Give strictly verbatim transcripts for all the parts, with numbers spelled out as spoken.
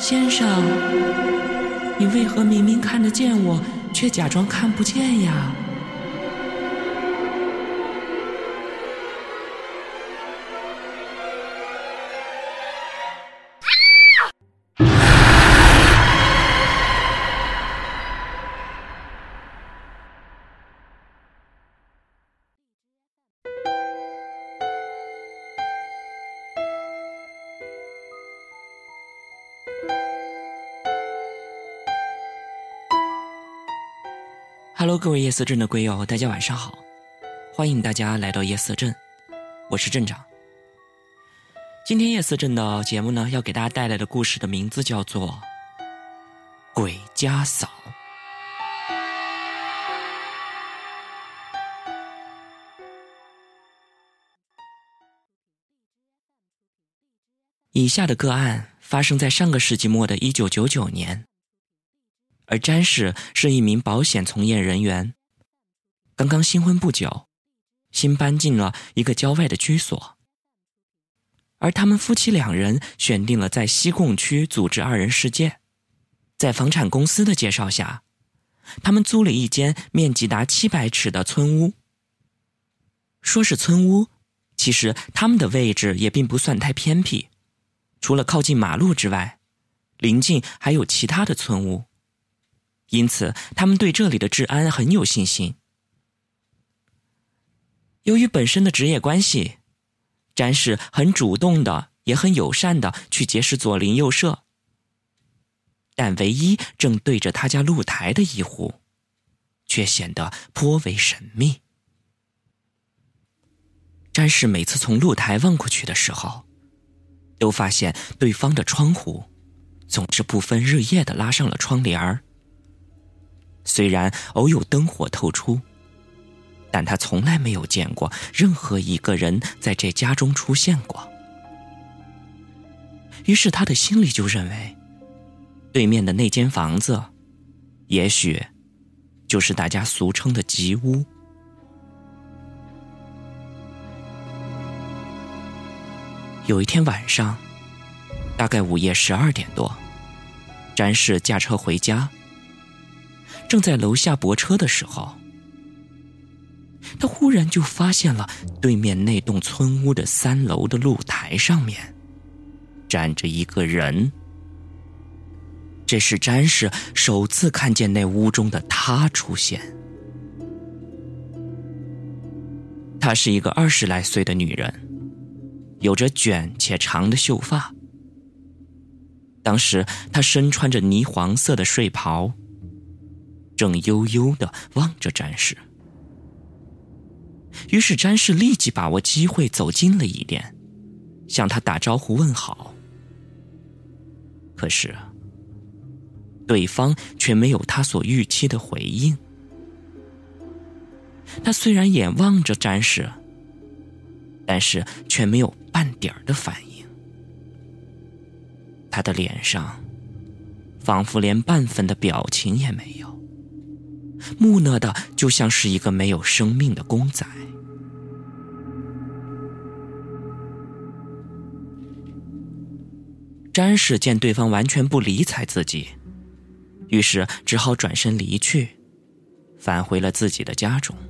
先生，你为何明明看得见我，却假装看不见呀？Hello， 各位夜色镇的龟友，大家晚上好，欢迎大家来到夜色镇，我是镇长。今天夜色镇的节目呢，要给大家带来的故事的名字叫做《鬼家嫂》。以下的个案发生在上个世纪末的一九九九年。而詹氏是一名保险从业人员，刚刚新婚不久，新搬进了一个郊外的居所。而他们夫妻两人选定了在西贡区组织二人世界，在房产公司的介绍下，他们租了一间面积达七百尺的村屋。说是村屋，其实他们的位置也并不算太偏僻，除了靠近马路之外，邻近还有其他的村屋。因此他们对这里的治安很有信心。由于本身的职业关系，詹氏很主动的也很友善的去结识左邻右舍，但唯一正对着他家露台的一户却显得颇为神秘。詹氏每次从露台望过去的时候，都发现对方的窗户总是不分日夜的拉上了窗帘儿。虽然偶有灯火透出，但他从来没有见过任何一个人在这家中出现过。于是他的心里就认为，对面的那间房子也许就是大家俗称的吉屋。有一天晚上，大概午夜十二点多，詹氏驾车回家，正在楼下泊车的时候，他忽然就发现了对面那栋村屋的三楼的露台上面站着一个人。这是詹氏首次看见那屋中的他出现。她是一个二十来岁的女人，有着卷且长的秀发。当时她身穿着泥黄色的睡袍，正悠悠地望着詹氏。于是詹氏立即把握机会走近了一点，向他打招呼问好。可是对方却没有他所预期的回应。他虽然眼望着詹氏，但是却没有半点的反应。他的脸上仿佛连半分的表情也没有，木讷的就像是一个没有生命的公仔。詹氏见对方完全不理睬自己，于是只好转身离去，返回了自己的家中。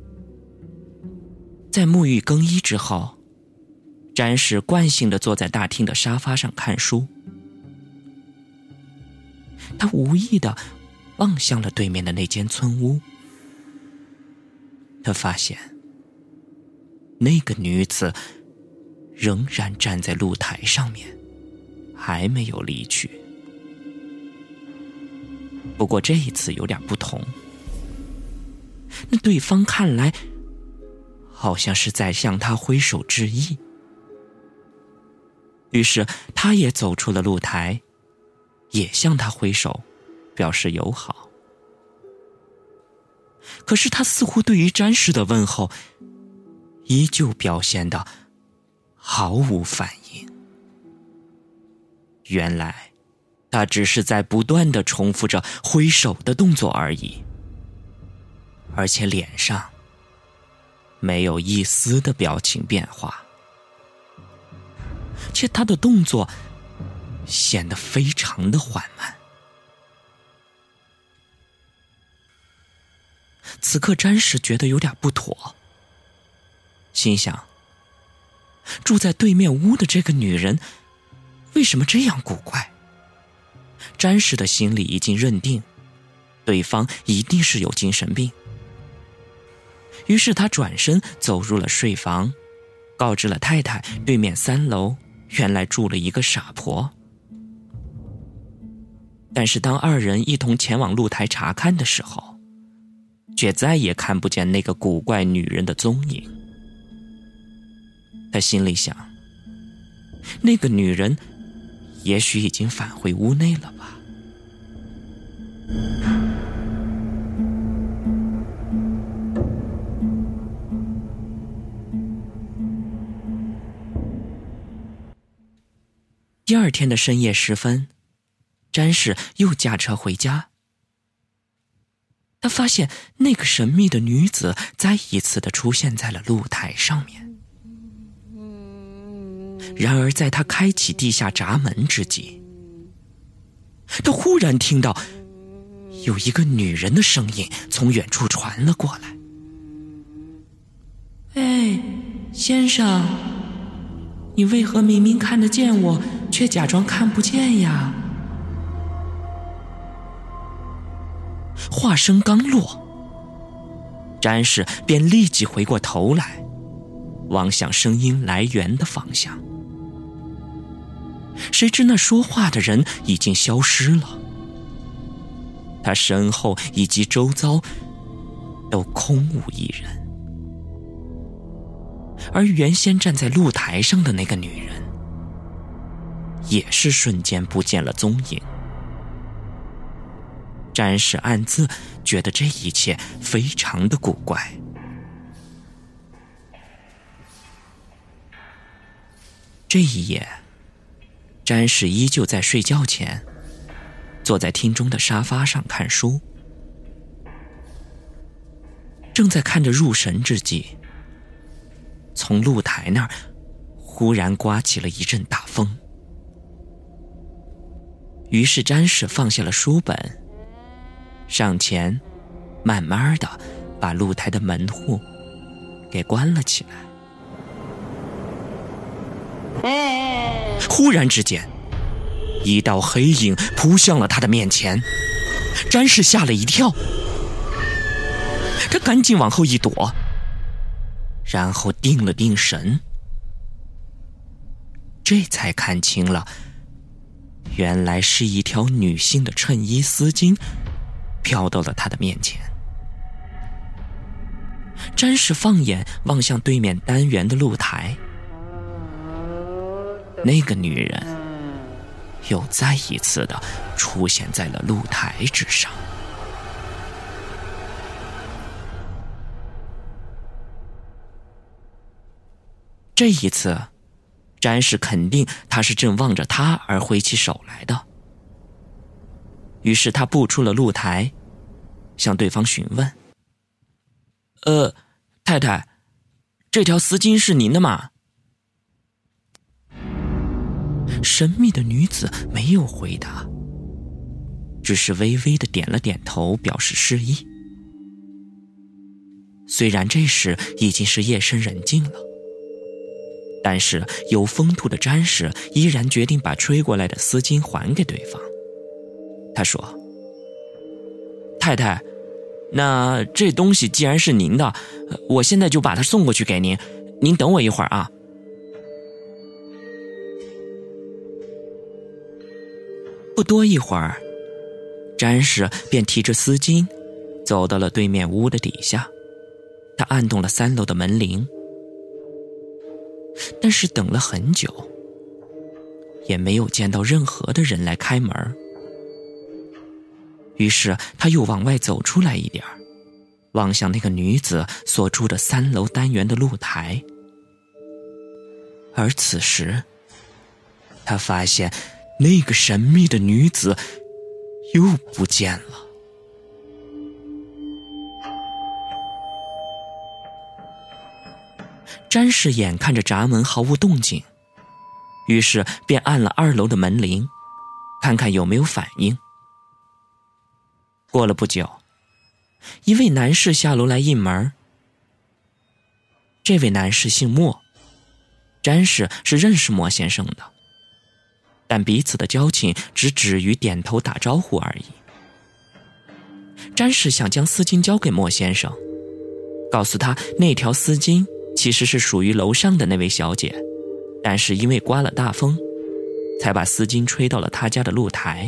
在沐浴更衣之后，詹氏惯性地坐在大厅的沙发上看书。他无意地望向了对面的那间村屋，他发现那个女子仍然站在露台上面，还没有离去。不过这一次有点不同，那对方看来好像是在向他挥手致意。于是他也走出了露台，也向他挥手表示友好。可是他似乎对于詹氏的问候依旧表现得毫无反应。原来他只是在不断地重复着挥手的动作而已，而且脸上没有一丝的表情变化，且他的动作显得非常的缓慢。此刻詹士觉得有点不妥，心想，住在对面屋的这个女人为什么这样古怪？詹士的心里已经认定对方一定是有精神病，于是他转身走入了睡房，告知了太太对面三楼原来住了一个傻婆。但是当二人一同前往露台查看的时候，却再也看不见那个古怪女人的踪影。他心里想，那个女人也许已经返回屋内了吧。第二天的深夜时分，詹士又驾车回家。他发现那个神秘的女子再一次地出现在了露台上面。然而在他开启地下闸门之际，他忽然听到有一个女人的声音从远处传了过来。哎，先生，你为何明明看得见我，却假装看不见呀？话声刚落，詹士便立即回过头来，望向声音来源的方向。谁知那说话的人已经消失了，他身后以及周遭都空无一人，而原先站在露台上的那个女人也是瞬间不见了踪影。詹士暗自觉得这一切非常的古怪。这一夜，詹士依旧在睡觉前坐在厅中的沙发上看书。正在看着入神之际，从露台那儿忽然刮起了一阵大风。于是詹士放下了书本，上前慢慢的把露台的门户给关了起来。忽然之间，一道黑影扑向了他的面前，詹士吓了一跳，他赶紧往后一躲，然后定了定神，这才看清了，原来是一条女性的衬衣丝巾飘到了他的面前。詹士放眼望向对面单元的露台，那个女人又再一次的出现在了露台之上。这一次，詹士肯定他是正望着他而挥起手来的。于是他步出了露台，向对方询问：呃，太太，这条丝巾是您的吗？神秘的女子没有回答，只是微微的点了点头，表示示意。虽然这时已经是夜深人静了，但是有风度的詹士依然决定把吹过来的丝巾还给对方。他说：太太，那这东西既然是您的，我现在就把它送过去给您，您等我一会儿啊。不多一会儿，詹士便提着丝巾走到了对面屋的底下，他按动了三楼的门铃，但是等了很久，也没有见到任何的人来开门。于是他又往外走出来一点，望向那个女子所住的三楼单元的露台。而此时，他发现那个神秘的女子又不见了。詹士眼看着闸门毫无动静，于是便按了二楼的门铃。 看看有没有反应。过了不久，一位男士下楼来应门。这位男士姓莫，詹氏是认识莫先生的，但彼此的交情只止于点头打招呼而已。詹氏想将丝巾交给莫先生，告诉他那条丝巾其实是属于楼上的那位小姐，但是因为刮了大风，才把丝巾吹到了他家的露台。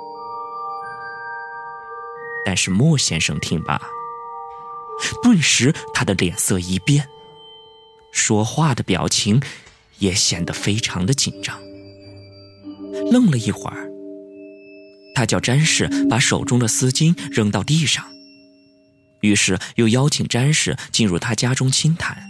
但是莫先生听罢，顿时他的脸色一变，说话的表情也显得非常的紧张。愣了一会儿，他叫詹氏把手中的丝巾扔到地上，于是又邀请詹氏进入他家中倾谈。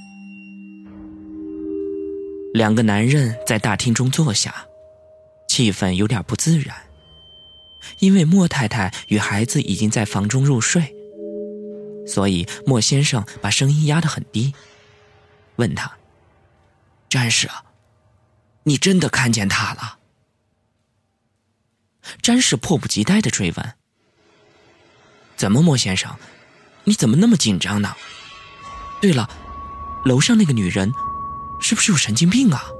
两个男人在大厅中坐下，气氛有点不自然，因为莫太太与孩子已经在房中入睡，所以莫先生把声音压得很低，问他：詹氏，你真的看见他了？詹氏迫不及待地追问：怎么，莫先生，你怎么那么紧张呢？对了，楼上那个女人是不是有神经病啊？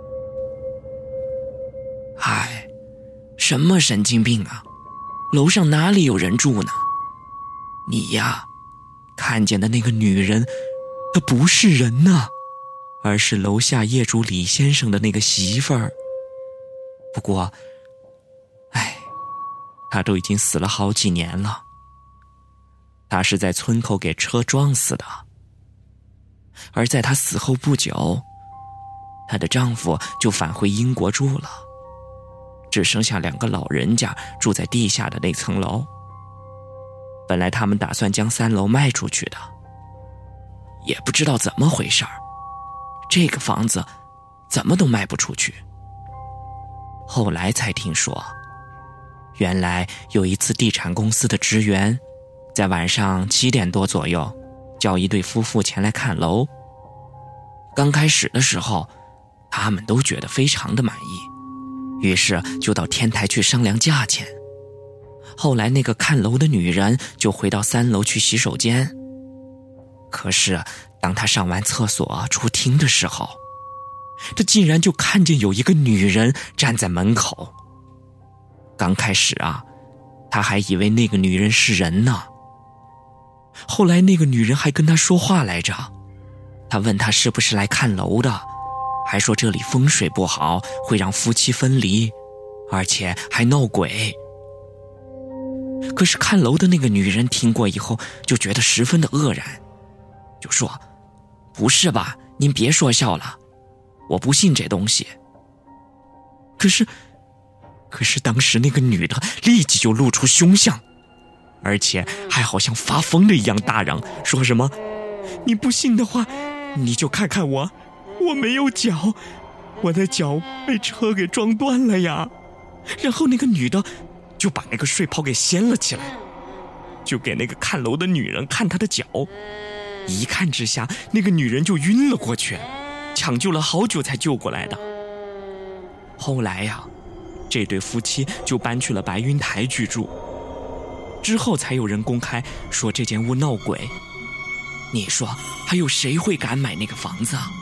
唉，什么神经病啊，楼上哪里有人住呢？你呀，看见的那个女人她不是人呐，而是楼下业主李先生的那个媳妇儿。不过唉，她都已经死了好几年了，她是在村口给车撞死的。而在她死后不久，她的丈夫就返回英国住了，只剩下两个老人家住在地下的那层楼。本来他们打算将三楼卖出去的，也不知道怎么回事儿，这个房子怎么都卖不出去。后来才听说，原来有一次地产公司的职员在晚上七点多左右叫一对夫妇前来看楼。刚开始的时候，他们都觉得非常的满意，于是就到天台去商量价钱。后来那个看楼的女人就回到三楼去洗手间，可是当她上完厕所出厅的时候，她竟然就看见有一个女人站在门口。刚开始啊，她还以为那个女人是人呢。后来那个女人还跟她说话来着，她问她是不是来看楼的，还说这里风水不好，会让夫妻分离，而且还闹鬼。可是看楼的那个女人听过以后就觉得十分的愕然，就说：不是吧，您别说笑了，我不信这东西。可是可是当时那个女的立即就露出凶相，而且还好像发疯了一样大嚷，说什么：你不信的话，你就看看我，我没有脚，我的脚被车给撞断了呀。然后那个女的就把那个睡袍给掀了起来，就给那个看楼的女人看她的脚。一看之下，那个女人就晕了过去，抢救了好久才救过来的。后来呀，这对夫妻就搬去了白云台居住，之后才有人公开说这间屋闹鬼。你说还有谁会敢买那个房子啊？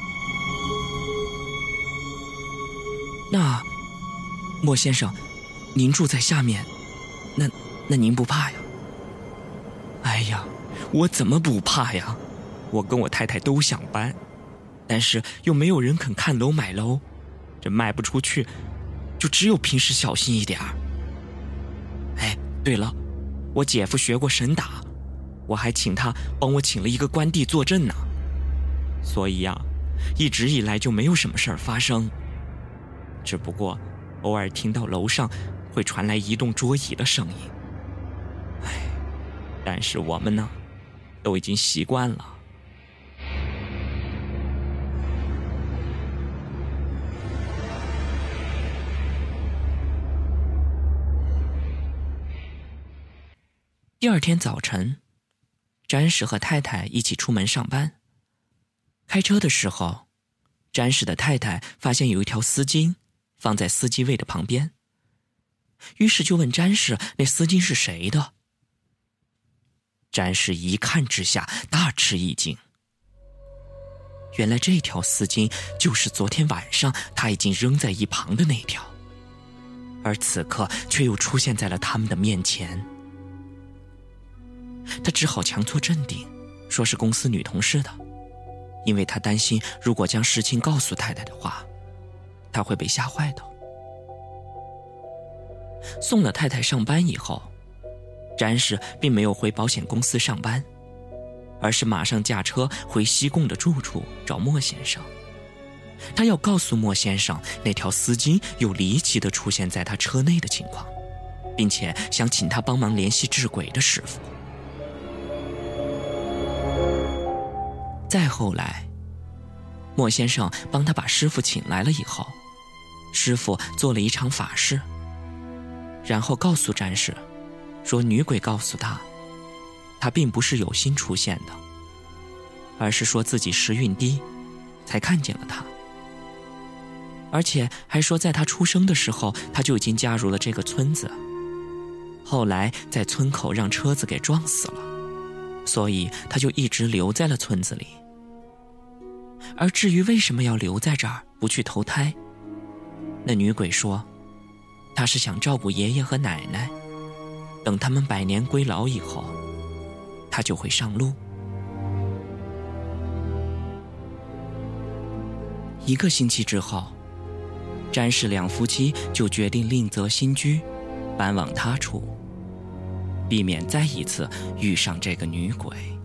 那莫先生，您住在下面，那那您不怕呀？哎呀，我怎么不怕呀？我跟我太太都想搬，但是又没有人肯看楼买楼，这卖不出去，就只有平时小心一点儿。哎，对了，我姐夫学过神打，我还请他帮我请了一个关帝坐镇呢。所以呀，一直以来就没有什么事儿发生，只不过偶尔听到楼上会传来移动桌椅的声音。唉，但是我们呢，都已经习惯了。第二天早晨，詹氏和太太一起出门上班。开车的时候，詹氏的太太发现有一条丝巾放在司机位的旁边， 于是就问詹氏那丝巾是谁的。詹氏一看之下大吃一惊，原来这条丝巾就是昨天晚上他已经扔在一旁的那条，而此刻却又出现在了他们的面前。他只好强作镇定，说是公司女同事的，因为他担心如果将事情告诉太太的话，他会被吓坏的。送了太太上班以后，詹氏并没有回保险公司上班，而是马上驾车回西贡的住处找莫先生。他要告诉莫先生那条丝巾有离奇地出现在他车内的情况，并且想请他帮忙联系治鬼的师傅。再后来，莫先生帮他把师傅请来了以后，师傅做了一场法事，然后告诉詹氏说，女鬼告诉他，他并不是有心出现的，而是说自己时运低才看见了他，而且还说在他出生的时候他就已经加入了这个村子，后来在村口让车子给撞死了，所以他就一直留在了村子里。而至于为什么要留在这儿不去投胎，那女鬼说她是想照顾爷爷和奶奶，等他们百年归老以后，她就会上路。一个星期之后，詹氏两夫妻就决定另择新居，搬往他处，避免再一次遇上这个女鬼。